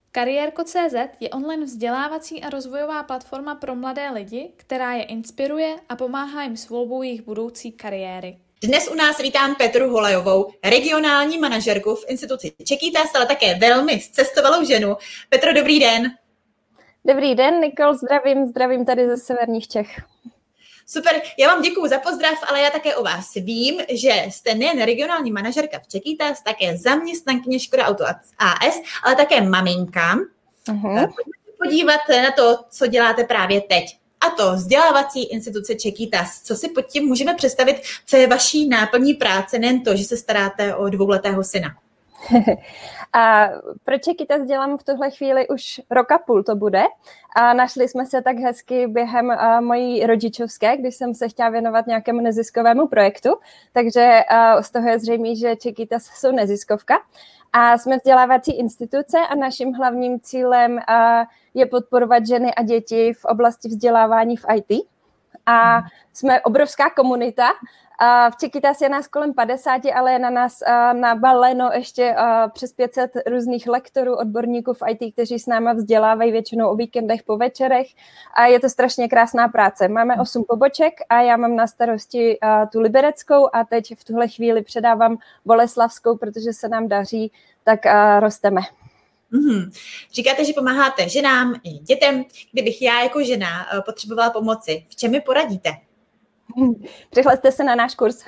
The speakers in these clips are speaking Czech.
Kariérko.cz je online vzdělávací a rozvojová platforma pro mladé lidi, která je inspiruje a pomáhá jim s volbou jejich budoucí kariéry. Dnes u nás vítám Petru Holajovou, regionální manažerku v instituci Čekytas, ale také velmi zcestovalou ženu. Petro, dobrý den. Dobrý den, Nikol, zdravím tady ze severních Čech. Super, já vám děkuju za pozdrav, ale já také o vás vím, že jste nejen regionální manažerka v Čekytas, také zaměstnankyně Škoda Auto AS, ale také maminka. Pojďme se podívat na to, co děláte právě teď. A to vzdělávací instituce Čekytas. Co si pod tím můžeme představit, co je vaší náplní práce, nejen to, že se staráte o 2letého syna? A pro Čekytas dělám v tuhle chvíli už rok a půl to bude. A našli jsme se tak hezky během mojí rodičovské, když jsem se chtěla věnovat nějakému neziskovému projektu. Takže z toho je zřejmé, že Čekytas jsou neziskovka. A jsme vzdělávací instituce a naším hlavním cílem je podporovat ženy a děti v oblasti vzdělávání v IT. A jsme obrovská komunita. V Čekytas je nás kolem 50, ale je na nás nabaleno ještě přes 500 různých lektorů, odborníků v IT, kteří s náma vzdělávají většinou o víkendech, po večerech. A je to strašně krásná práce. Máme 8 poboček a já mám na starosti tu libereckou a teď v tuhle chvíli předávám boleslavskou, protože se nám daří, tak rosteme. Říkáte, že pomáháte ženám i dětem. Kdybych já jako žena potřebovala pomoci, v čem mi poradíte? Přihlaste se na náš kurz.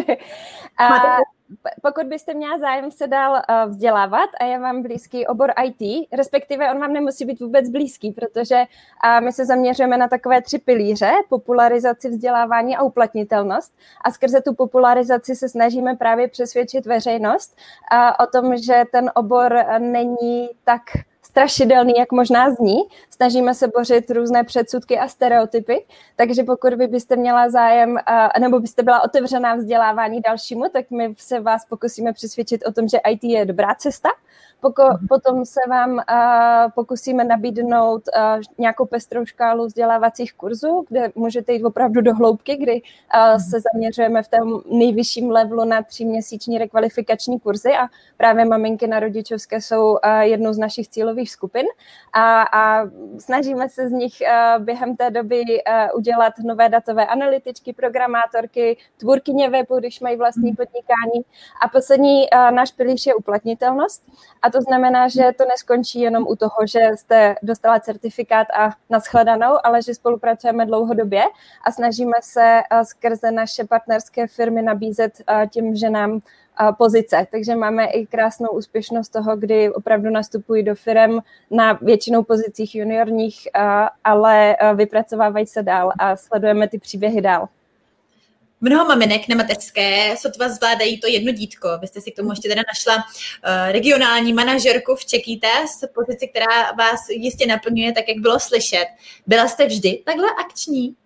Pokud byste měla zájem se dál vzdělávat a je vám blízký obor IT, respektive on vám nemusí být vůbec blízký, protože my se zaměřujeme na takové 3 pilíře, popularizaci, vzdělávání a uplatnitelnost. A skrze tu popularizaci se snažíme právě přesvědčit veřejnost o tom, že ten obor není tak strašidelný, jak možná zní. Snažíme se bořit různé předsudky a stereotypy, takže pokud vy byste měla zájem, nebo byste byla otevřená vzdělávání dalšímu, tak my se vás pokusíme přesvědčit o tom, že IT je dobrá cesta. Potom se vám pokusíme nabídnout nějakou pestrou škálu vzdělávacích kurzů, kde můžete jít opravdu do hloubky, kdy se zaměřujeme v tom nejvyšším levelu na 3měsíční rekvalifikační kurzy a právě maminky na rodičovské jsou jednou z našich cílových skupin a snažíme se z nich během té doby udělat nové datové analytičky, programátorky, tvůrkyně webu, když mají vlastní podnikání. A poslední náš pilíř je uplatnitelnost. A to znamená, že to neskončí jenom u toho, že jste dostala certifikát a nashledanou, ale že spolupracujeme dlouhodobě a snažíme se skrze naše partnerské firmy nabízet těm ženám pozice. Takže máme i krásnou úspěšnost toho, kdy opravdu nastupují do firem na většinou pozicích juniorních, ale vypracovávají se dál a sledujeme ty příběhy dál. Mnoho maminek na mateřské sotva zvládají to jedno dítko. Vy jste si k tomu ještě teda našla regionální manažerku v Čekytas, pozici, která vás jistě naplňuje, tak jak bylo slyšet. Byla jste vždy takhle akční?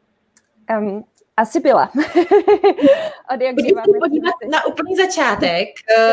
Asi byla. Pojďme se podívat na úplný začátek.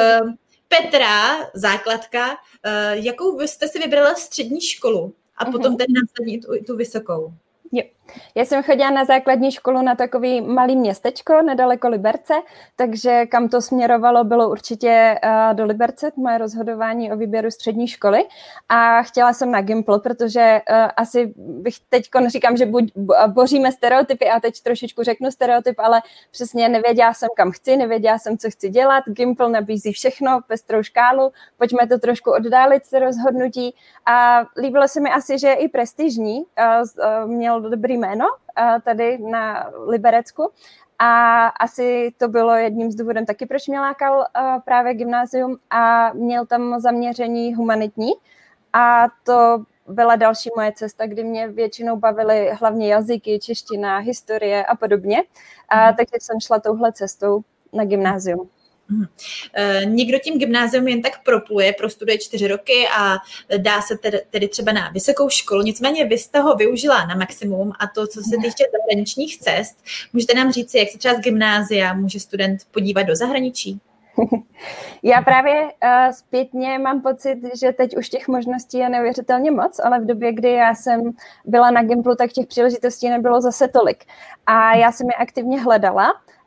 Petra, základka, jakou jste si vybrala střední školu a potom ten následně tu vysokou? Jo. Já jsem chodila na základní školu na takový malý městečko nedaleko Liberce, takže kam to směrovalo, bylo určitě do Liberce, moje rozhodování o výběru střední školy a chtěla jsem na Gimpl, protože asi bych teď říkám, že boříme stereotypy a teď trošičku řeknu stereotyp, ale přesně nevěděla jsem, kam chci, nevěděla jsem, co chci dělat. Gimpl nabízí všechno, pestrou škálu, pojďme to trošku oddálit se rozhodnutí a líbilo se mi asi, že je i prestižní, měl dobrý jméno tady na Liberecku a asi to bylo jedním z důvodem taky, proč mě lákal právě gymnázium a měl tam zaměření humanitní a to byla další moje cesta, kdy mě většinou bavily hlavně jazyky, čeština, historie a podobně, takže jsem šla touhle cestou na gymnázium. Někdo tím gymnázium jen tak propluje, prostuduje 4 roky a dá se tedy třeba na vysokou školu, nicméně vy jste ho využila na maximum a to, co se týče zahraničních cest, můžete nám říct, jak se třeba z gymnázia může student podívat do zahraničí? Já právě zpětně mám pocit, že teď už těch možností je neuvěřitelně moc, ale v době, kdy já jsem byla na Gimplu, tak těch příležitostí nebylo zase tolik. A já jsem je aktivně hledala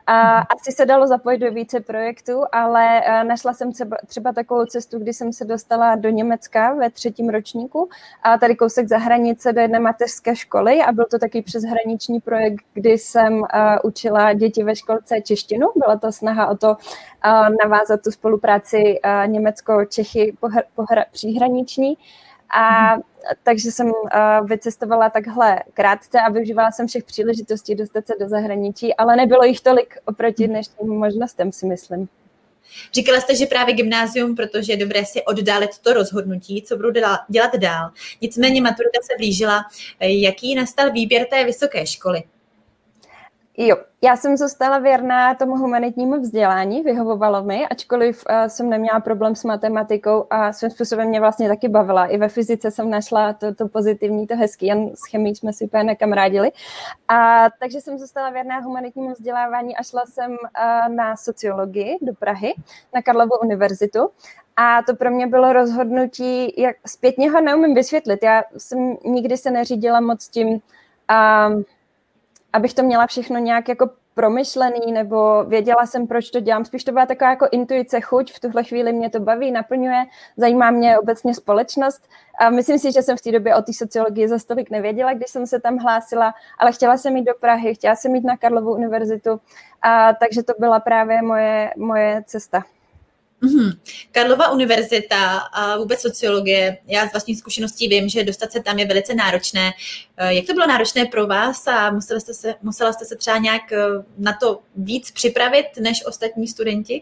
A asi se dalo zapojit do více projektů, ale našla jsem třeba takovou cestu, kdy jsem se dostala do Německa ve 3. ročníku a tady kousek za hranice do jedné mateřské školy a byl to taky přeshraniční projekt, kdy jsem učila děti ve školce češtinu. Byla to snaha o to navázat tu spolupráci Německo-Čechy příhraniční. A takže jsem vycestovala takhle krátce a využívala jsem všech příležitostí dostat se do zahraničí, ale nebylo jich tolik oproti dnešním možnostem, si myslím. Říkala jste, že právě gymnázium, protože je dobré si oddálit to rozhodnutí, co budu dělat dál. Nicméně maturita se blížila. Jaký nastal výběr té vysoké školy? Jo, já jsem zůstala věrná tomu humanitnímu vzdělání, vyhovovalo mi, ačkoliv jsem neměla problém s matematikou a svým způsobem mě vlastně taky bavila. I ve fyzice jsem našla to pozitivní, to hezký, jen s chemií jsme si úplně nekamarádili. Takže jsem zůstala věrná humanitnímu vzdělávání a šla jsem na sociologii do Prahy, na Karlovu univerzitu. A to pro mě bylo rozhodnutí, jak zpětně ho neumím vysvětlit. Já jsem nikdy se neřídila moc tím, abych to měla všechno nějak jako promyšlený, nebo věděla jsem, proč to dělám. Spíš to byla taková jako intuice, chuť, v tuhle chvíli mě to baví, naplňuje, zajímá mě obecně společnost. A myslím si, že jsem v té době o té sociologii za tolik nevěděla, když jsem se tam hlásila, ale chtěla jsem jít do Prahy, chtěla jsem jít na Karlovu univerzitu, takže to byla právě moje cesta. Karlova univerzita a vůbec sociologie, já z vlastní zkušeností vím, že dostat se tam je velice náročné. Jak to bylo náročné pro vás a musela jste se třeba nějak na to víc připravit než ostatní studenti?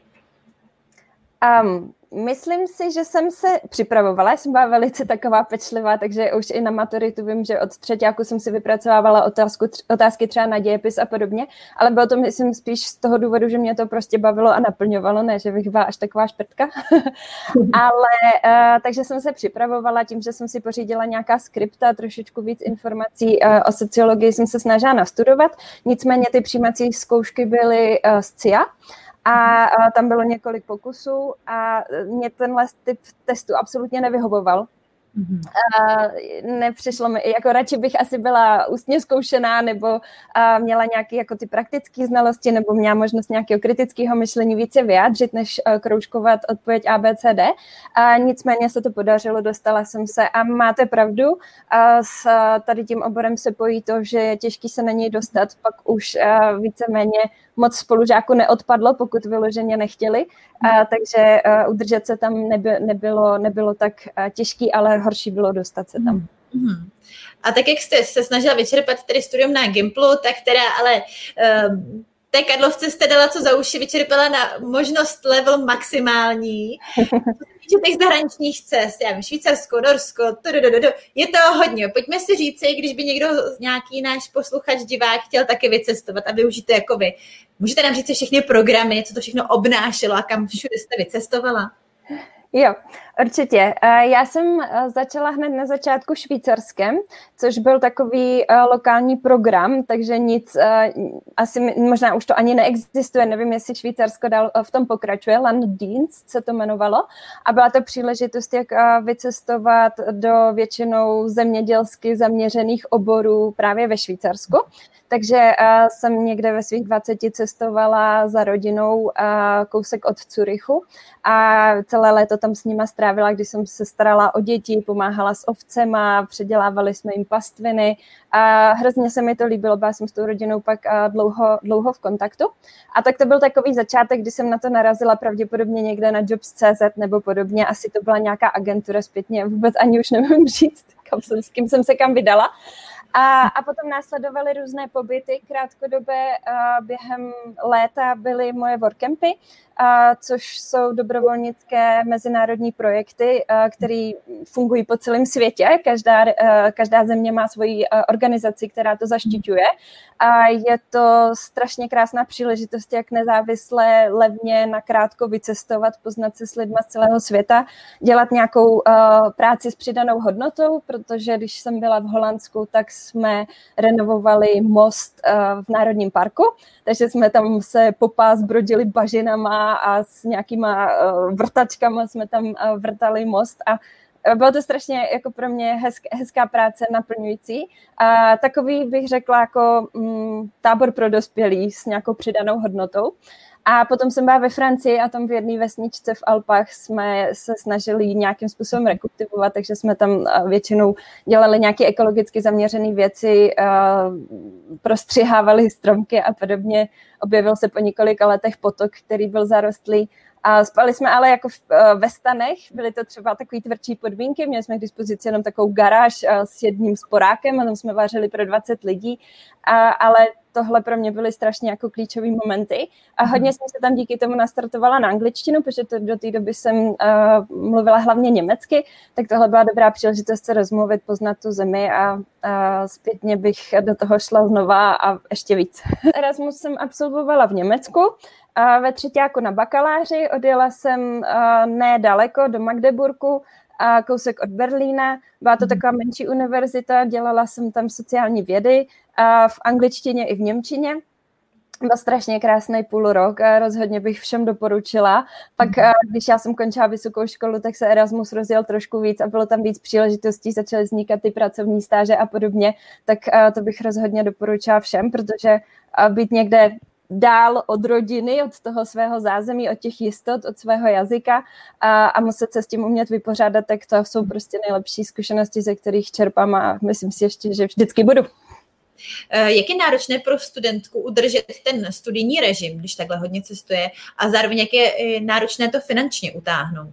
Myslím si, že jsem se připravovala, jsem byla velice taková pečlivá, takže už i na maturitu vím, že od třeťáku jsem si vypracovávala otázky třeba na dějepis a podobně, ale bylo to, myslím, spíš z toho důvodu, že mě to prostě bavilo a naplňovalo, ne, že bych byla až taková šprtka. Takže jsem se připravovala tím, že jsem si pořídila nějaká skripta, trošičku víc informací o sociologii jsem se snažila nastudovat, nicméně ty přijímací zkoušky byly z CIA, a tam bylo několik pokusů a mě tenhle typ testu absolutně nevyhovoval. Nepřišlo mi, jako radši bych asi byla ústně zkoušená nebo měla nějaké jako ty praktické znalosti nebo měla možnost nějakého kritického myšlení více vyjádřit, než kroužkovat odpověď A, B, C, D. Nicméně se to podařilo, dostala jsem se a máte pravdu, s tady tím oborem se pojí to, že je těžký se na něj dostat, pak už víceméně moc spolužáků neodpadlo, pokud vyloženě nechtěli, takže udržet se tam nebylo tak těžký, ale horší bylo dostat se tam. A tak jak jste se snažila vyčerpat tedy studium na Gimplu, tak teda ale té Karlovce jste dala co za uši, vyčerpala na možnost level maximální. Co těch zahraničních cest, já vím, Švýcarsko, Norsko, je to hodně. Pojďme si říci, když by někdo, nějaký náš posluchač, divák chtěl taky vycestovat a využít to jako vy. Můžete nám říct všechny programy, co to všechno obnášelo a kam všude jste vycestovala? Jo, určitě. Já jsem začala hned na začátku Švýcarskem, což byl takový lokální program, takže nic, asi možná už to ani neexistuje, nevím, jestli Švýcarsko dál v tom pokračuje, Landdienst se to jmenovalo a byla to příležitost, jak vycestovat do většinou zemědělsky zaměřených oborů právě ve Švýcarsku. Takže jsem někde ve svých 20 cestovala za rodinou kousek od Curychu a celé léto tam s nima strávila, když jsem se starala o děti, pomáhala s ovcema, předělávali jsme jim pastviny a hrozně se mi to líbilo, byla jsem s tou rodinou pak dlouho v kontaktu. A tak to byl takový začátek, kdy jsem na to narazila pravděpodobně někde na Jobs.cz nebo podobně, asi to byla nějaká agentura zpětně, vůbec ani už nevím říct, s kým jsem se kam vydala. A potom následovaly různé pobyty krátkodobé, během léta byly moje workcampy, což jsou dobrovolnické mezinárodní projekty, které fungují po celém světě. Každá země má svoji organizaci, která to zaštiťuje. A je to strašně krásná příležitost, jak nezávisle, levně, nakrátko vycestovat, poznat se s lidma z celého světa, dělat nějakou práci s přidanou hodnotou, protože když jsem byla v Holandsku, tak jsme renovovali most v Národním parku, takže jsme tam se popás brodili bažinama a s nějakýma vrtačkama jsme tam vrtali most a bylo to strašně jako pro mě hezká práce, naplňující. A takový bych řekla jako tábor pro dospělí s nějakou přidanou hodnotou. A potom jsem byla ve Francii a tam v jedné vesničce v Alpách jsme se snažili nějakým způsobem rekultivovat, takže jsme tam většinou dělali nějaké ekologicky zaměřené věci, prostřihávali stromky a podobně. Objevil se po několika letech potok, který byl zarostlý. A spali jsme ale jako ve stanech, byly to třeba takové tvrdší podmínky, měli jsme k dispozici jenom takovou garáž s jedním sporákem a tam jsme vařili pro 20 lidí, ale tohle pro mě byly strašně jako klíčové momenty a hodně jsem se tam díky tomu nastartovala na angličtinu, protože do té doby jsem mluvila hlavně německy, tak tohle byla dobrá příležitost se rozmluvit, poznat tu zemi a zpětně bych do toho šla znova a ještě víc. Erasmus jsem absolvovala v Německu, ve třetíku na bakaláři, odjela jsem nedaleko do Magdeburku, kousek od Berlína. Byla to taková menší univerzita, dělala jsem tam sociální vědy v angličtině i v němčině. Byl strašně krásný půl rok a rozhodně bych všem doporučila. Pak, když já jsem končila vysokou školu, tak se Erasmus rozjel trošku víc a bylo tam víc příležitostí, začaly vznikat ty pracovní stáže a podobně, tak to bych rozhodně doporučila všem, protože být někde dál od rodiny, od toho svého zázemí, od těch jistot, od svého jazyka a muset se s tím umět vypořádat, tak to jsou prostě nejlepší zkušenosti, ze kterých čerpám a myslím si ještě, že vždycky budu. Jak je náročné pro studentku udržet ten studijní režim, když takhle hodně cestuje a zároveň jak je náročné to finančně utáhnout?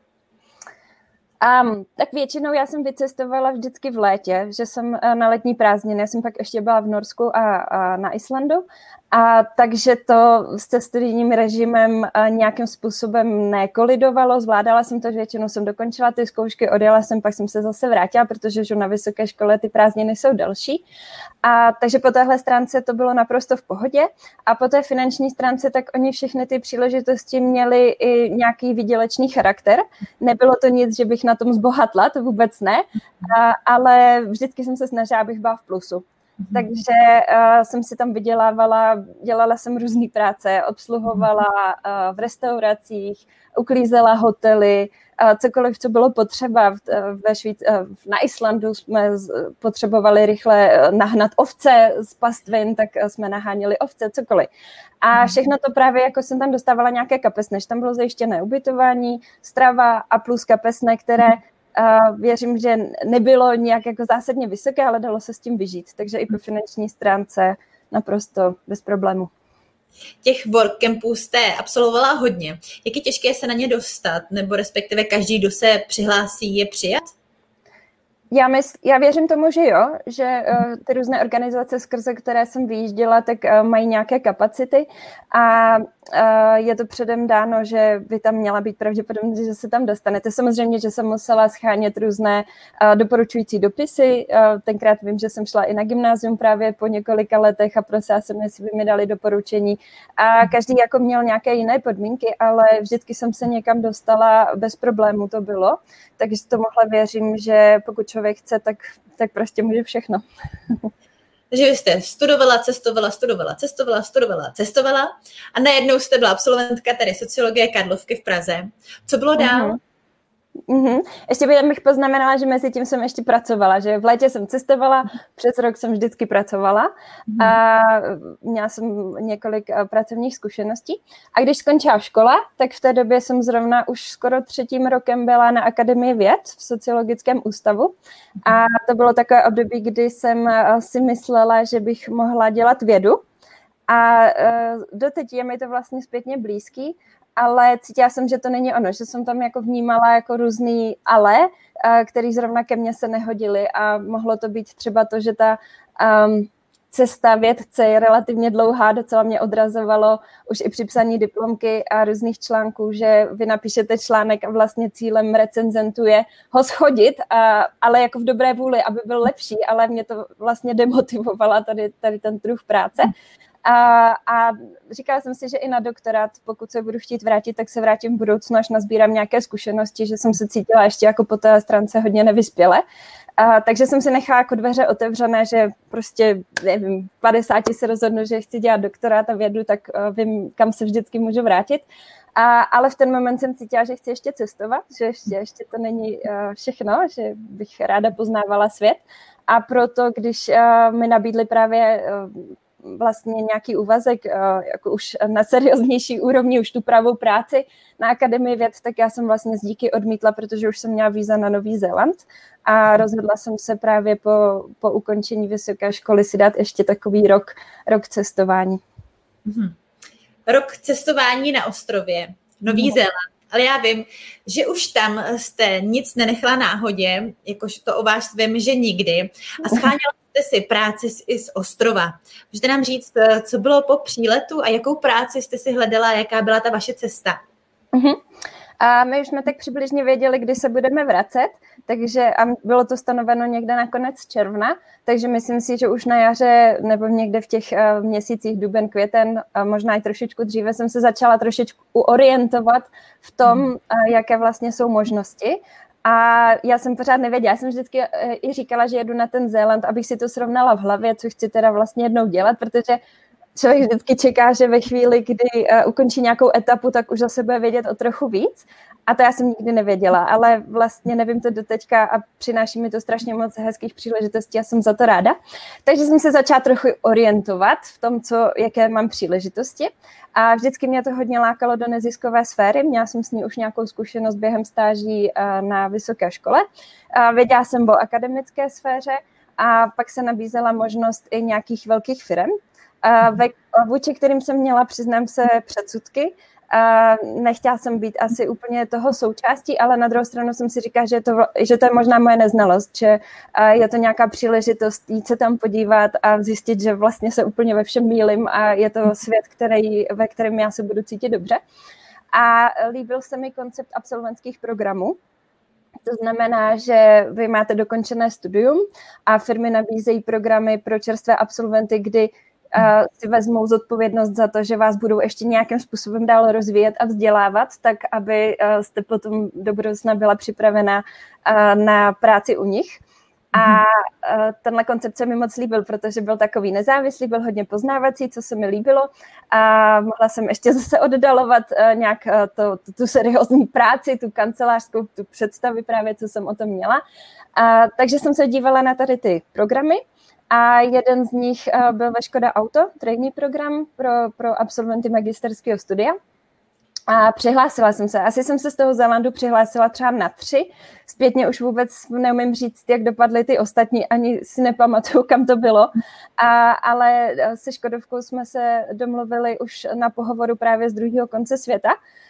Tak většinou já jsem vycestovala vždycky v létě, že jsem na letní prázdniny, já jsem pak ještě byla v Norsku a na Islandu, takže to se studijním režimem nějakým způsobem nekolidovalo, zvládala jsem to, že většinou jsem dokončila ty zkoušky, odjela jsem, pak jsem se zase vrátila, protože na vysoké škole ty prázdniny jsou delší. Takže po téhle stránce to bylo naprosto v pohodě a po té finanční stránce tak oni všechny ty příležitosti měli i nějaký výdělečný charakter. Nebylo to nic, že bych na tom zbohatla, to vůbec ne, ale vždycky jsem se snažila, abych byla v plusu. Takže jsem si tam vydělávala, dělala jsem různý práce, obsluhovala v restauracích, uklízela hotely, cokoliv, co bylo potřeba. Na Islandu jsme potřebovali rychle nahnat ovce z pastvin, tak jsme naháněli ovce, cokoliv. A všechno to právě, jako jsem tam dostávala nějaké kapesné, že tam bylo zajištěné ubytování, strava a plus kapesné, které věřím, že nebylo nějak jako zásadně vysoké, ale dalo se s tím vyžít. Takže i po finanční stránce naprosto bez problému. Těch workcampů jste absolvovala hodně. Jak je těžké se na ně dostat? Nebo respektive každý, kdo se přihlásí, je přijat? Já věřím tomu, že jo, že ty různé organizace, skrze které jsem vyjížděla, tak mají nějaké kapacity a je to předem dáno, že by tam měla být pravděpodobně, že se tam dostanete. Samozřejmě, že jsem musela schánět různé doporučující dopisy. Tenkrát vím, že jsem šla i na gymnázium právě po několika letech a prosila jsem, jestli by mi dali doporučení. A každý jako měl nějaké jiné podmínky, ale vždycky jsem se někam dostala, bez problémů to bylo. Takže tomuhle věřím, že pokud člověk chce, tak prostě může všechno. Takže vy jste studovala a najednou jste byla absolventka tady sociologie Karlovky v Praze. Co bylo dál? Ještě bych poznamenala, že mezi tím jsem ještě pracovala, že v létě jsem cestovala, přes rok jsem vždycky pracovala a měla jsem několik pracovních zkušeností. A když skončila škola, tak v té době jsem zrovna už skoro 3. rokem byla na Akademii věd v sociologickém ústavu a to bylo takové období, kdy jsem si myslela, že bych mohla dělat vědu a doteď je mi to vlastně zpětně blízký, ale cítila jsem, že to není ono, že jsem tam jako vnímala jako různý ale, který zrovna ke mně se nehodily a mohlo to být třeba to, že ta cesta vědce je relativně dlouhá, docela mě odrazovalo už i při psaní diplomky a různých článků, že vy napíšete článek a vlastně cílem recenzentů je ho shodit, ale jako v dobré vůli, aby byl lepší, ale mě to vlastně demotivovala tady ten druh práce. A říkala jsem si, že i na doktorát, pokud se budu chtít vrátit, tak se vrátím v budoucnu, až nazbírám nějaké zkušenosti, že jsem se cítila ještě jako po té stránce hodně nevyspěle. Takže jsem si nechala jako dveře otevřené, že prostě, nevím, v 50 se rozhodnu, že chci dělat doktorát a vědu, tak vím, kam se vždycky můžu vrátit. Ale v ten moment jsem cítila, že chci ještě cestovat, že ještě to není všechno, že bych ráda poznávala svět. A proto, když mi nabídli právě vlastně nějaký úvazek jako už na serióznější úrovni, už tu pravou práci na Akademii věd, tak já jsem vlastně z díky odmítla, protože už jsem měla víza na Nový Zéland a rozhodla jsem se právě po ukončení vysoké školy si dát ještě takový rok cestování. Rok cestování na ostrově, Nový Zéland. Ale já vím, že už tam jste nic nenechala náhodě, jakož to o vás vím, že nikdy. A scháněla jste si práci i z ostrova. Můžete nám říct, co bylo po příletu a jakou práci jste si hledala, jaká byla ta vaše cesta? A my už jsme tak přibližně věděli, kdy se budeme vracet, takže a bylo to stanoveno někde na konec června, takže myslím si, že už na jaře nebo někde v těch měsících duben, květen, a možná i trošičku dříve jsem se začala trošičku orientovat v tom, jaké vlastně jsou možnosti. A já jsem pořád nevěděla, já jsem vždycky i říkala, že jedu na ten Zéland, abych si to srovnala v hlavě, co chci teda vlastně jednou dělat, protože člověk vždycky čeká, že ve chvíli, kdy ukončí nějakou etapu, tak už zase bude vědět o trochu víc. A to já jsem nikdy nevěděla, ale vlastně nevím to doteďka a přináší mi to strašně moc hezkých příležitostí a jsem za to ráda. Takže jsem se začala trochu orientovat v tom, jaké mám příležitosti. A vždycky mě to hodně lákalo do neziskové sféry. Měla jsem s ní už nějakou zkušenost během stáží na vysoké škole. Věděla jsem o akademické sféře a pak se nabízela možnost i nějakých velkých firem, vůči kterým jsem měla, přiznám se, předsudky. Nechtěla jsem být asi úplně toho součástí, ale na druhou stranu jsem si říkala, že to je možná moje neznalost, že je to nějaká příležitost jít se tam podívat a zjistit, že vlastně se úplně ve všem mýlím a je to svět, ve kterém já se budu cítit dobře. A líbil se mi koncept absolventských programů. To znamená, že vy máte dokončené studium a firmy nabízejí programy pro čerstvé absolventy, kdy si vezmou zodpovědnost za to, že vás budou ještě nějakým způsobem dál rozvíjet a vzdělávat, tak aby jste potom do budoucna byla připravena na práci u nich. A tenhle koncept se mi moc líbil, protože byl takový nezávislý, byl hodně poznávací, co se mi líbilo. A mohla jsem ještě zase oddalovat nějak tu seriózní práci, tu kancelářskou, tu představy právě, co jsem o tom měla. Takže jsem se dívala na tady ty programy. A jeden z nich byl ve Škoda Auto, trainee program pro absolventy magisterského studia. A přihlásila jsem se. Asi jsem se z toho Zélandu přihlásila třeba na 3. Zpětně už vůbec neumím říct, jak dopadly ty ostatní, ani si nepamatuju, kam to bylo. Ale se Škodovkou jsme se domluvili už na pohovoru právě z druhého konce světa,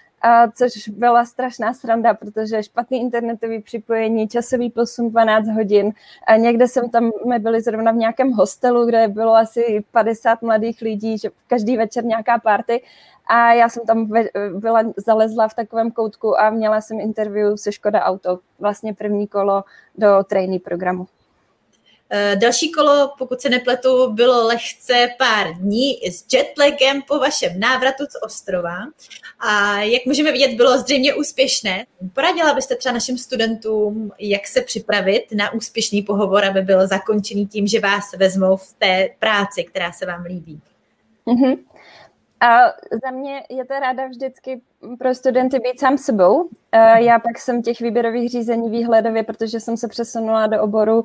což byla strašná sranda, protože špatný internetový připojení, časový posun 12 hodin. A někde my byli zrovna v nějakém hostelu, kde bylo asi 50 mladých lidí, že každý večer nějaká party. A já jsem tam zalezla v takovém koutku a měla jsem interview se Škoda Auto, vlastně první kolo do trainee programu. Další kolo, pokud se nepletu, bylo lehce pár dní s jetlagem po vašem návratu z ostrova. A jak můžeme vidět, bylo zřejmě úspěšné. Poradila byste třeba našim studentům, jak se připravit na úspěšný pohovor, aby byl zakončený tím, že vás vezmou v té práci, která se vám líbí? Mm-hmm. A za mě je to ráda vždycky pro studenty být sám sebou. Já pak jsem těch výběrových řízení výhledově, protože jsem se přesunula do oboru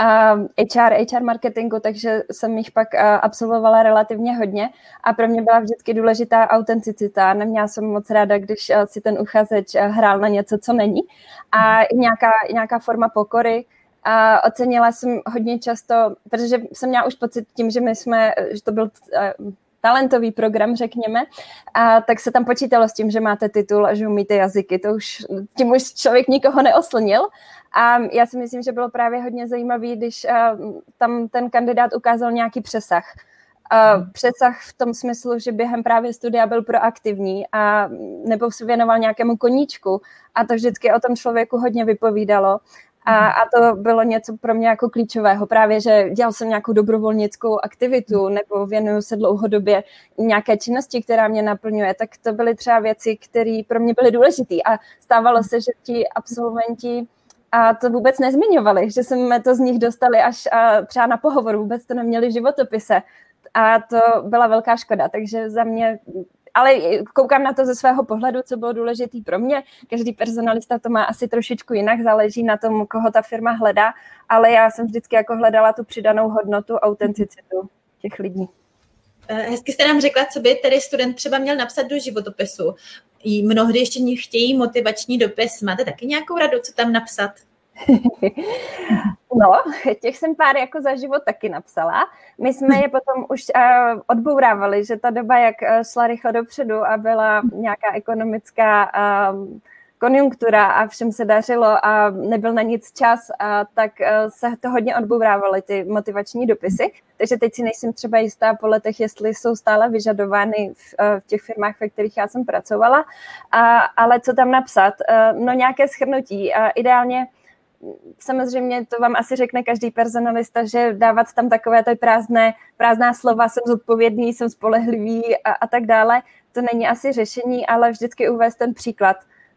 HR marketingu, takže jsem jich pak absolvovala relativně hodně a pro mě byla vždycky důležitá autenticita. Neměla jsem moc ráda, když si ten uchazeč hrál na něco, co není. A nějaká forma pokory. A ocenila jsem hodně často, protože jsem měla už pocit tím, že že to byl talentový program, řekněme, a tak se tam počítalo s tím, že máte titul a že umíte jazyky. Tím už člověk nikoho neoslnil. A já si myslím, že bylo právě hodně zajímavý, když tam ten kandidát ukázal nějaký přesah. Přesah v tom smyslu, že během právě studia byl proaktivní a nebo se věnoval nějakému koníčku. A to vždycky o tom člověku hodně vypovídalo. A to bylo něco pro mě jako klíčového. Právě, že dělal jsem nějakou dobrovolnickou aktivitu nebo věnuju se dlouhodobě nějaké činnosti, která mě naplňuje, tak to byly třeba věci, které pro mě byly důležité. A stávalo se, že ti absolventi a to vůbec nezmiňovali, že jsme to z nich dostali až třeba na pohovor, vůbec to neměli v životopise. A to byla velká škoda, takže za mě ale koukám na to ze svého pohledu, co bylo důležitý pro mě. Každý personalista to má asi trošičku jinak, záleží na tom, koho ta firma hledá, ale já jsem vždycky jako hledala tu přidanou hodnotu, autenticitu těch lidí. Hezky jste nám řekla, co by tedy student třeba měl napsat do životopisu. Mnohdy ještě chtějí motivační dopis. Máte taky nějakou radu, co tam napsat? No, těch jsem pár jako za život taky napsala. My jsme je potom už odbourávali, že ta doba, jak šla rychle dopředu a byla nějaká ekonomická konjunktura a všem se dařilo a nebyl na nic čas, tak se to hodně odbourávaly ty motivační dopisy. Takže teď si nejsem třeba jistá po letech, jestli jsou stále vyžadovány v těch firmách, ve kterých já jsem pracovala. Ale co tam napsat? No nějaké shrnutí. Ideálně samozřejmě to vám asi řekne každý personalista, že dávat tam takové ty prázdná slova, jsem zodpovědný, jsem spolehlivý a tak dále, to není asi řešení, ale vždycky uvést ten příklad.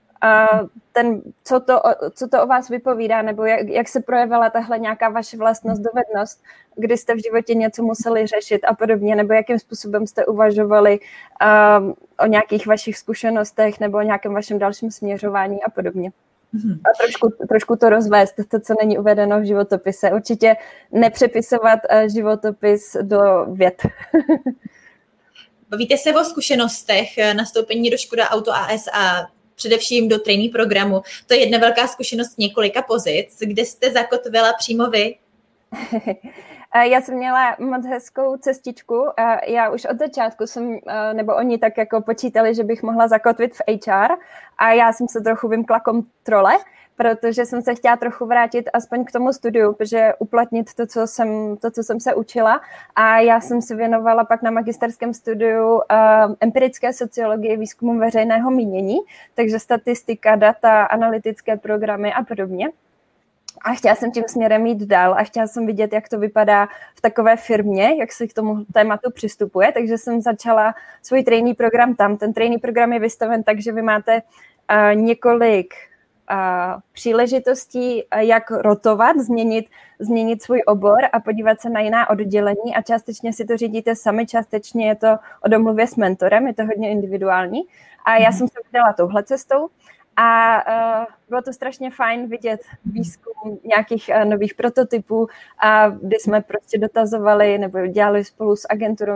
Co to o vás vypovídá, nebo jak se projevila tahle nějaká vaše vlastnost, dovednost, kdy jste v životě něco museli řešit a podobně, nebo jakým způsobem jste uvažovali o nějakých vašich zkušenostech nebo o nějakém vašem dalším směřování a podobně. A trošku to rozvést, to, co není uvedeno v životopise. Určitě nepřepisovat životopis do vět. Bavíte se o zkušenostech nastoupení do Škoda Auto AS a především do trainee programu. To je jedna velká zkušenost několika pozic. Kde jste zakotvila přímo vy? Já jsem měla moc hezkou cestičku. Já už od začátku nebo oni tak jako počítali, že bych mohla zakotvit v HR a já jsem se trochu vymkla kontrole, protože jsem se chtěla trochu vrátit aspoň k tomu studiu, protože uplatnit to, co jsem se učila. A já jsem se věnovala pak na magisterském studiu empirické sociologie, výzkumu veřejného mínění, takže statistika, data, analytické programy a podobně. A chtěla jsem tím směrem jít dál a chtěla jsem vidět, jak to vypadá v takové firmě, jak se k tomu tématu přistupuje, takže jsem začala svůj trainee program tam. Ten trainee program je vystaven tak, že vy máte několik příležitostí, jak rotovat, změnit svůj obor a podívat se na jiná oddělení a částečně si to řídíte sami, částečně je to o domluvě s mentorem, je to hodně individuální. A já jsem se vydala touhle cestou. A bylo to strašně fajn vidět výzkum nějakých nových prototypů, kdy jsme prostě dotazovali nebo dělali spolu s agenturou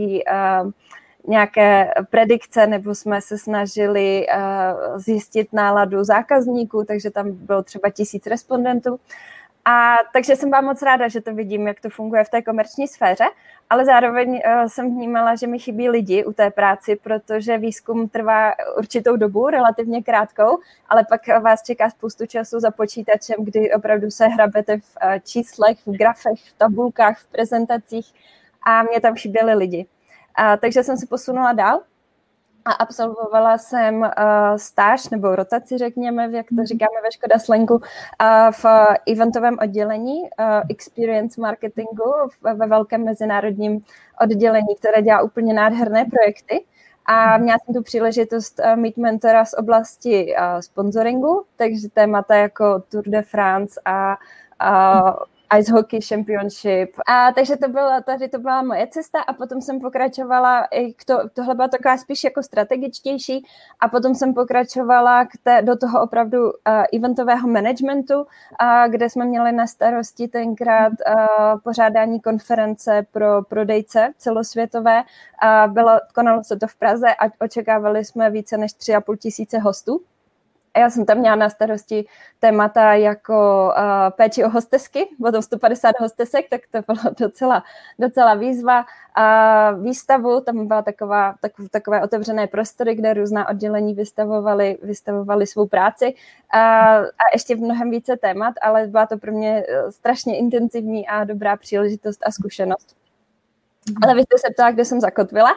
nějaké predikce, nebo jsme se snažili zjistit náladu zákazníků, takže tam bylo třeba 1000 respondentů. Takže jsem vám moc ráda, že to vidím, jak to funguje v té komerční sféře, ale zároveň jsem vnímala, že mi chybí lidi u té práci, protože výzkum trvá určitou dobu, relativně krátkou, ale pak vás čeká spoustu času za počítačem, kdy opravdu se hrabete v číslech, v grafech, v tabulkách, v prezentacích a mě tam chyběli lidi. Takže jsem se posunula dál a absolvovala jsem stáž nebo rotaci, řekněme, jak to říkáme ve Škoda slangu, v eventovém oddělení experience marketingu ve velkém mezinárodním oddělení, které dělá úplně nádherné projekty. A měla jsem tu příležitost mít mentora z oblasti sponsoringu, takže témata jako Tour de France a Ice Hockey Championship. Takže to byla moje cesta a potom jsem pokračovala, tohle byla taková spíš jako strategičtější a potom jsem pokračovala do toho opravdu eventového managementu, kde jsme měli na starosti tenkrát pořádání konference pro prodejce celosvětové. Konalo se to v Praze a očekávali jsme více než 3 500 hostů. A já jsem tam měla na starosti témata jako péči o hostesky, potom 150 hostesek, tak to bylo docela výzva. Výstavu, tam byla takové otevřené prostory, kde různá oddělení vystavovali svou práci a ještě mnohem více témat, ale byla to pro mě strašně intenzivní a dobrá příležitost a zkušenost. Ale vy jste se ptala, kde jsem zakotvila.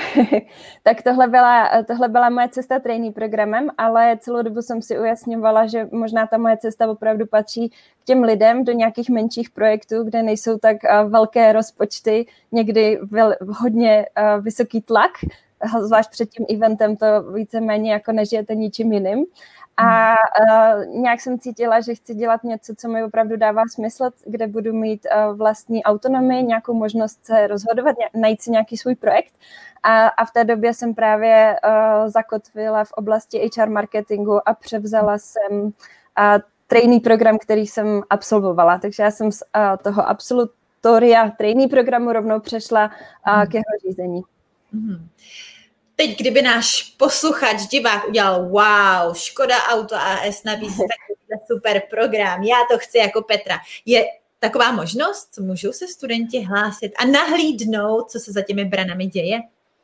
Tak tohle byla moje cesta trainee programem, ale celou dobu jsem si ujasňovala, že možná ta moje cesta opravdu patří k těm lidem do nějakých menších projektů, kde nejsou tak velké rozpočty, někdy hodně vysoký tlak, zvlášť před tím eventem to víceméně jako nežijete ničím jiným. A nějak jsem cítila, že chci dělat něco, co mi opravdu dává smysl, kde budu mít vlastní autonomii, nějakou možnost se rozhodovat, najít si nějaký svůj projekt. A v té době jsem právě zakotvila v oblasti HR marketingu a převzala jsem trainee program, který jsem absolvovala. Takže já jsem z toho absolutoria trainee programu rovnou přešla k jeho řízení. Teď, kdyby náš posluchač, divák udělal wow, Škoda Auto AS nabízí takový super program, já to chci jako Petra. Je taková možnost? Můžou se studenti hlásit a nahlídnout, co se za těmi branami děje?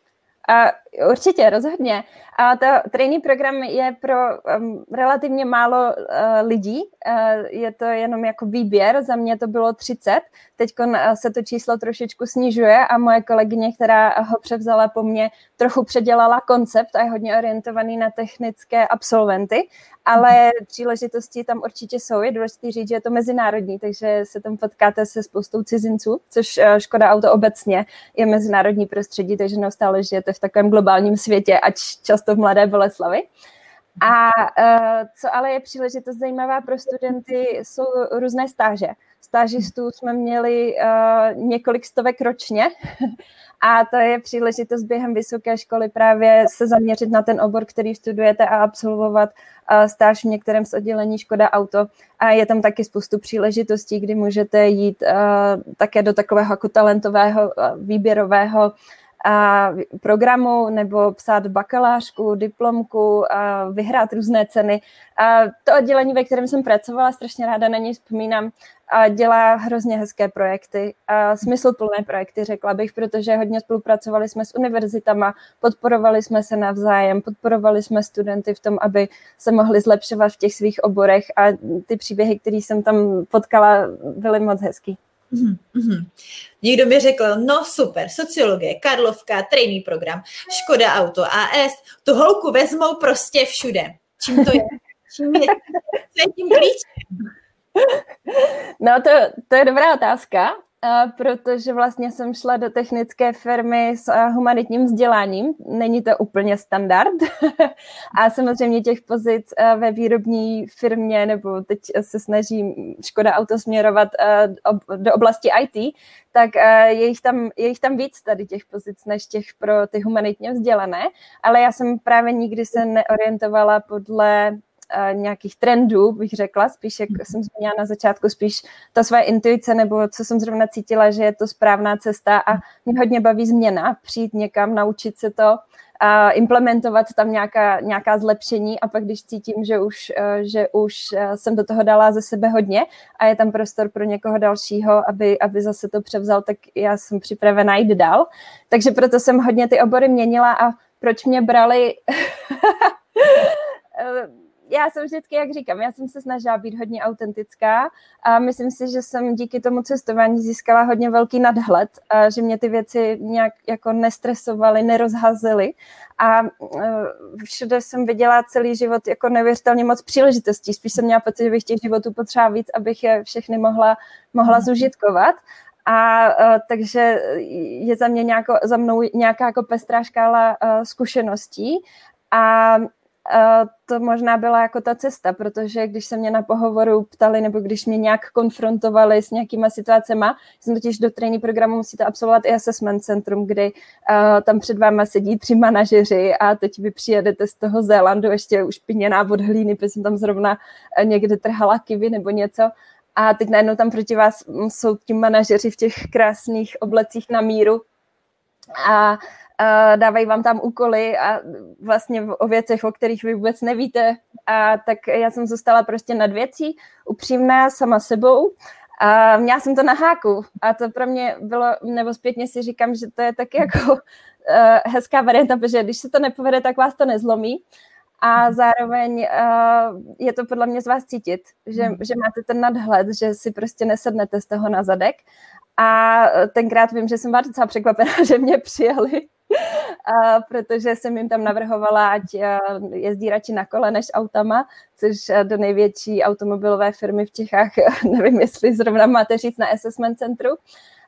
Určitě, rozhodně. A to trainee program je pro relativně málo lidí. Je to jenom jako výběr. Za mě to bylo 30. Teď se to číslo trošičku snižuje a moje kolegyně, která ho převzala po mně, trochu předělala koncept a je hodně orientovaný na technické absolventy, ale příležitosti tam určitě jsou. Je důležité říct, že je to mezinárodní, takže se tam potkáte se spoustou cizinců, což Škoda Auto obecně je mezinárodní prostředí, takže neustále žijete v takovém globálním světě, ač často v Mladé Boleslavi. A co ale je příležitost zajímavá pro studenty, jsou různé stáže. Stážistů jsme měli několik stovek ročně a to je příležitost během vysoké školy právě se zaměřit na ten obor, který studujete a absolvovat stáž v některém z oddělení Škoda Auto. A je tam taky spoustu příležitostí, kdy můžete jít také do takového jako talentového výběrového programu nebo psát bakalářku, diplomku, vyhrát různé ceny. To oddělení, ve kterém jsem pracovala, strašně ráda na něj vzpomínám, dělá hrozně hezké projekty, smysluplné projekty, řekla bych, protože hodně spolupracovali jsme s univerzitama, podporovali jsme se navzájem, podporovali jsme studenty v tom, aby se mohli zlepšovat v těch svých oborech a ty příběhy, které jsem tam potkala, byly moc hezký. Někdo mi řekl, no super, sociologie, Karlovka, trainee program, Škoda Auto AS, tu holku vezmou prostě všude. Čím to je? Co je tím klíčem? No to je dobrá otázka, protože vlastně jsem šla do technické firmy s humanitním vzděláním. Není to úplně standard. A samozřejmě těch pozic ve výrobní firmě, nebo teď se snažím Škoda Auto směrovat do oblasti IT, tak je jich tam víc tady těch pozic, než těch pro ty humanitně vzdělané. Ale já jsem právě nikdy se neorientovala podle nějakých trendů, bych řekla, spíš, jak jsem zmínila na začátku, spíš ta své intuice, nebo co jsem zrovna cítila, že je to správná cesta a mě hodně baví změna, přijít někam, naučit se to, implementovat tam nějaká zlepšení a pak, když cítím, že už jsem do toho dala ze sebe hodně a je tam prostor pro někoho dalšího, aby zase to převzal, tak já jsem připravená jít dál. Takže proto jsem hodně ty obory měnila a proč mě brali... Já jsem vždycky, jak říkám, já jsem se snažila být hodně autentická a myslím si, že jsem díky tomu cestování získala hodně velký nadhled, a že mě ty věci nějak jako nestresovaly, nerozhazily a všude jsem viděla celý život jako neuvěřitelně moc příležitostí. Spíš jsem měla pocit, že bych těch životů potřeba víc, abych je všechny mohla zužitkovat. Takže je za mnou nějaká jako pestrá škála zkušeností a to možná byla jako ta cesta, protože když se mě na pohovoru ptali nebo když mě nějak konfrontovali s nějakýma situacemi, jsem totiž do trainee programu musíte absolvovat i assessment centrum, kdy tam před váma sedí 3 manažeři a teď vy přijedete z toho Zélandu ještě ušpiněná od hlíny, protože jsem tam zrovna někde trhala kivy nebo něco a teď najednou tam proti vás jsou ti manažeři v těch krásných oblecích na míru a dávají vám tam úkoly a vlastně o věcech, o kterých vy vůbec nevíte. A tak já jsem zůstala prostě nad věcí, upřímná sama sebou a měla jsem to na háku. A to pro mě bylo, nebo zpětně si říkám, že to je taky jako hezká varianta, protože když se to nepovede, tak vás to nezlomí. A zároveň je to podle mě z vás cítit, že máte ten nadhled, že si prostě nesednete z toho na zadek. A tenkrát vím, že jsem byla docela překvapená, že mě přijali, protože jsem jim tam navrhovala, ať jezdí radši na kole než autama, což do největší automobilové firmy v Čechách, nevím, jestli zrovna máte říct na assessment centru.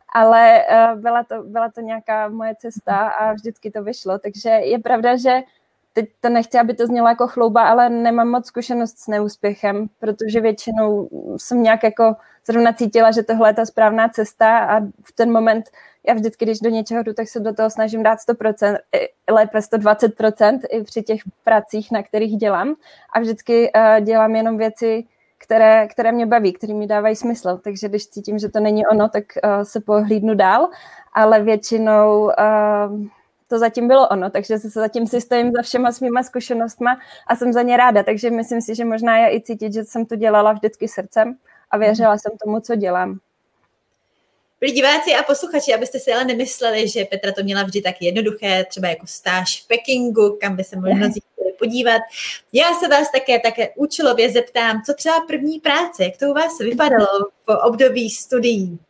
ale byla to nějaká moje cesta a vždycky to vyšlo, takže je pravda, že teď to nechci, aby to znělo jako chlouba, ale nemám moc zkušenost s neúspěchem, protože většinou jsem nějak jako zrovna cítila, že tohle je ta správná cesta a v ten moment já vždycky, když do něčeho jdu, tak se do toho snažím dát 100%, lépe 120% i při těch pracích, na kterých dělám a vždycky dělám jenom věci, které mě baví, které mi dávají smysl, takže když cítím, že to není ono, tak se pohlídnu dál, ale většinou to zatím bylo ono, takže se zatím si stojím za všema svýma zkušenostma a jsem za ně ráda, takže myslím si, že možná je i cítit, že jsem to dělala vždycky srdcem a věřila jsem tomu, co dělám. Byli diváci a posluchači, abyste si ale nemysleli, že Petra to měla vždy tak jednoduché, třeba jako stáž v Pekingu, kam by se možná chtěli podívat. Já se vás také účelově zeptám, co třeba první práce, jak to u vás vypadalo v období studií?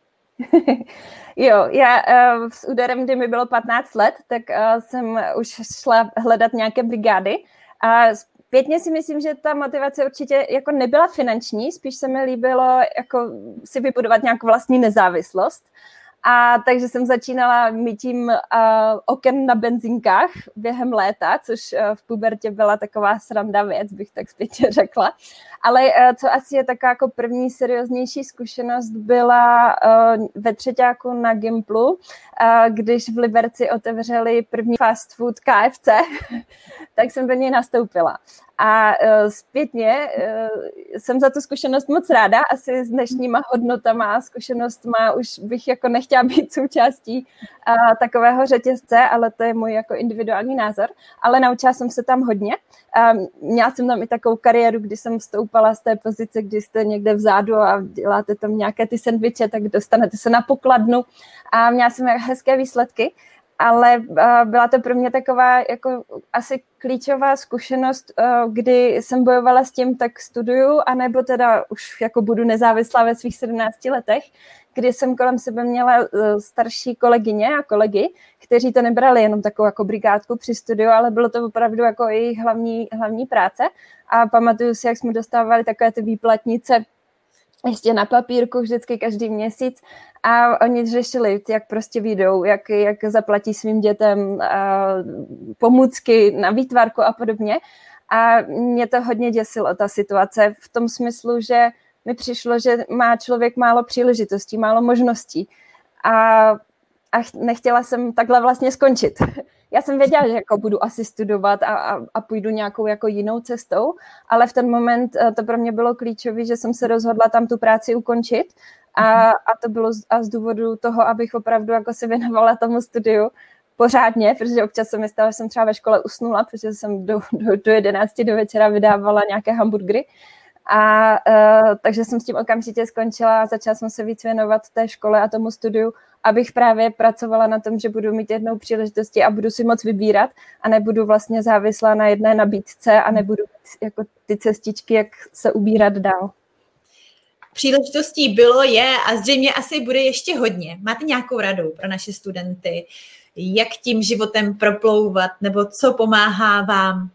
Jo, já s úderem, kdy mi bylo 15 let, tak jsem už šla hledat nějaké brigády a zpětně si myslím, že ta motivace určitě jako nebyla finanční, spíš se mi líbilo jako si vybudovat nějakou vlastní nezávislost. A takže jsem začínala mytím oken na benzínkách během léta, což v pubertě byla taková sranda věc, bych tak zpětně řekla. Ale co asi je taková jako první serióznější zkušenost byla ve třeťáku na Gimplu, když v Liberci otevřeli první fast food KFC, tak jsem do něj nastoupila. A zpětně jsem za tu zkušenost moc ráda, asi s dnešníma hodnotama a zkušenostma už bych jako nechtěla být součástí takového řetězce, ale to je můj jako individuální názor, ale naučila jsem se tam hodně. Měla jsem tam i takovou kariéru, kdy jsem vstoupala z té pozice, kdy jste někde vzadu a děláte tam nějaké ty sendviče, tak dostanete se na pokladnu a měla jsem hezké výsledky. Ale byla to pro mě taková jako asi klíčová zkušenost, kdy jsem bojovala s tím, tak studuju, anebo teda už jako budu nezávislá ve svých 17 letech, kdy jsem kolem sebe měla starší kolegyně a kolegy, kteří to nebrali jenom takovou jako brigádku při studiu, ale bylo to opravdu jako jejich hlavní práce. A pamatuju si, jak jsme dostávali takové ty výplatnice ještě na papírku vždycky každý měsíc a oni řešili, jak prostě vyjdou, jak zaplatí svým dětem pomůcky na výtvarku a podobně. A mě to hodně děsilo, ta situace, v tom smyslu, že mi přišlo, že má člověk málo příležitostí, málo možností. A nechtěla jsem takhle vlastně skončit. Já jsem věděla, že jako budu asi studovat a půjdu nějakou jako jinou cestou, ale v ten moment to pro mě bylo klíčové, že jsem se rozhodla tam tu práci ukončit a to bylo z důvodu toho, abych opravdu jako se věnovala tomu studiu pořádně, protože občas se mi stalo, že jsem třeba ve škole usnula, protože jsem do 11 do večera vydávala nějaké hamburgery. Takže jsem s tím okamžitě skončila a začala jsem se víc věnovat té škole a tomu studiu, abych právě pracovala na tom, že budu mít jednou příležitosti a budu si moc vybírat a nebudu vlastně závislá na jedné nabídce a nebudu jako ty cestičky, jak se ubírat dál. Příležitostí bylo, je a zřejmě asi bude ještě hodně. Máte nějakou radu pro naše studenty, jak tím životem proplouvat nebo co pomáhá vám?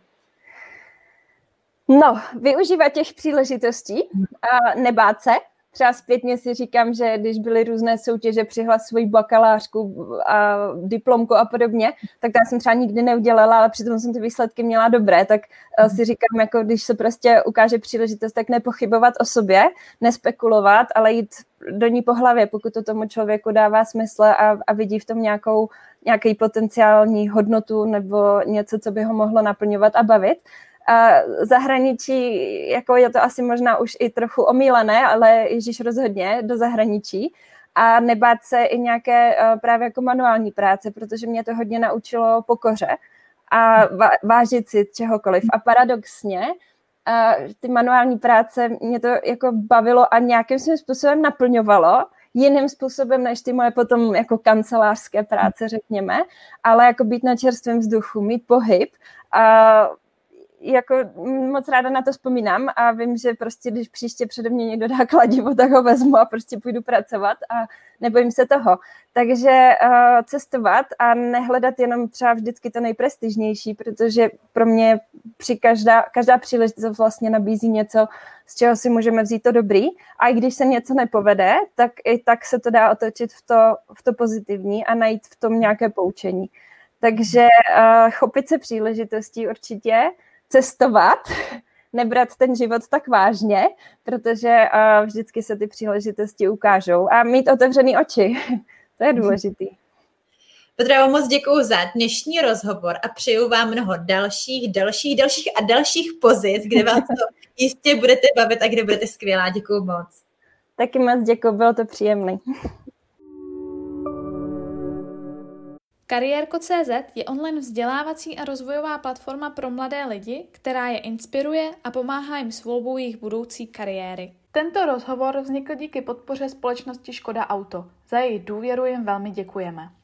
No, využívat těch příležitostí a nebát se. Třeba zpětně si říkám, že když byly různé soutěže, přihlas svoji bakalářku a diplomku a podobně, tak to já jsem třeba nikdy neudělala, ale přitom jsem ty výsledky měla dobré, tak si říkám, jako když se prostě ukáže příležitost, tak nepochybovat o sobě, nespekulovat, ale jít do ní po hlavě, pokud to tomu člověku dává smysl a vidí v tom nějaký potenciální hodnotu nebo něco, co by ho mohlo naplňovat a bavit. A zahraničí, jako je to asi možná už i trochu omílené, ale Ježíš rozhodně do zahraničí a nebát se i nějaké právě jako manuální práce, protože mě to hodně naučilo pokoře a vážit si čehokoliv. A paradoxně ty manuální práce mě to jako bavilo a nějakým svým způsobem naplňovalo, jiným způsobem než ty moje potom jako kancelářské práce, řekněme, ale jako být na čerstvém vzduchu, mít pohyb a jako moc ráda na to vzpomínám a vím, že prostě, když příště přede mě někdo dá kladivo, tak ho vezmu a prostě půjdu pracovat a nebojím se toho. Takže cestovat a nehledat jenom třeba vždycky to nejprestižnější, protože pro mě každá příležitost vlastně nabízí něco, z čeho si můžeme vzít to dobrý. A i když se něco nepovede, tak i tak se to dá otočit v to pozitivní a najít v tom nějaké poučení. Takže chopit se příležitostí určitě, cestovat, nebrat ten život tak vážně, protože vždycky se ty příležitosti ukážou a mít otevřený oči. To je důležitý. Petra, já vám moc děkuju za dnešní rozhovor a přeju vám mnoho dalších pozic, kde vás to jistě budete bavit a kde budete skvělá. Děkuju moc. Taky moc děkuju, bylo to příjemné. Kariérko.cz je online vzdělávací a rozvojová platforma pro mladé lidi, která je inspiruje a pomáhá jim s volbou jejich budoucí kariéry. Tento rozhovor vznikl díky podpoře společnosti Škoda Auto. Za její důvěru jim velmi děkujeme.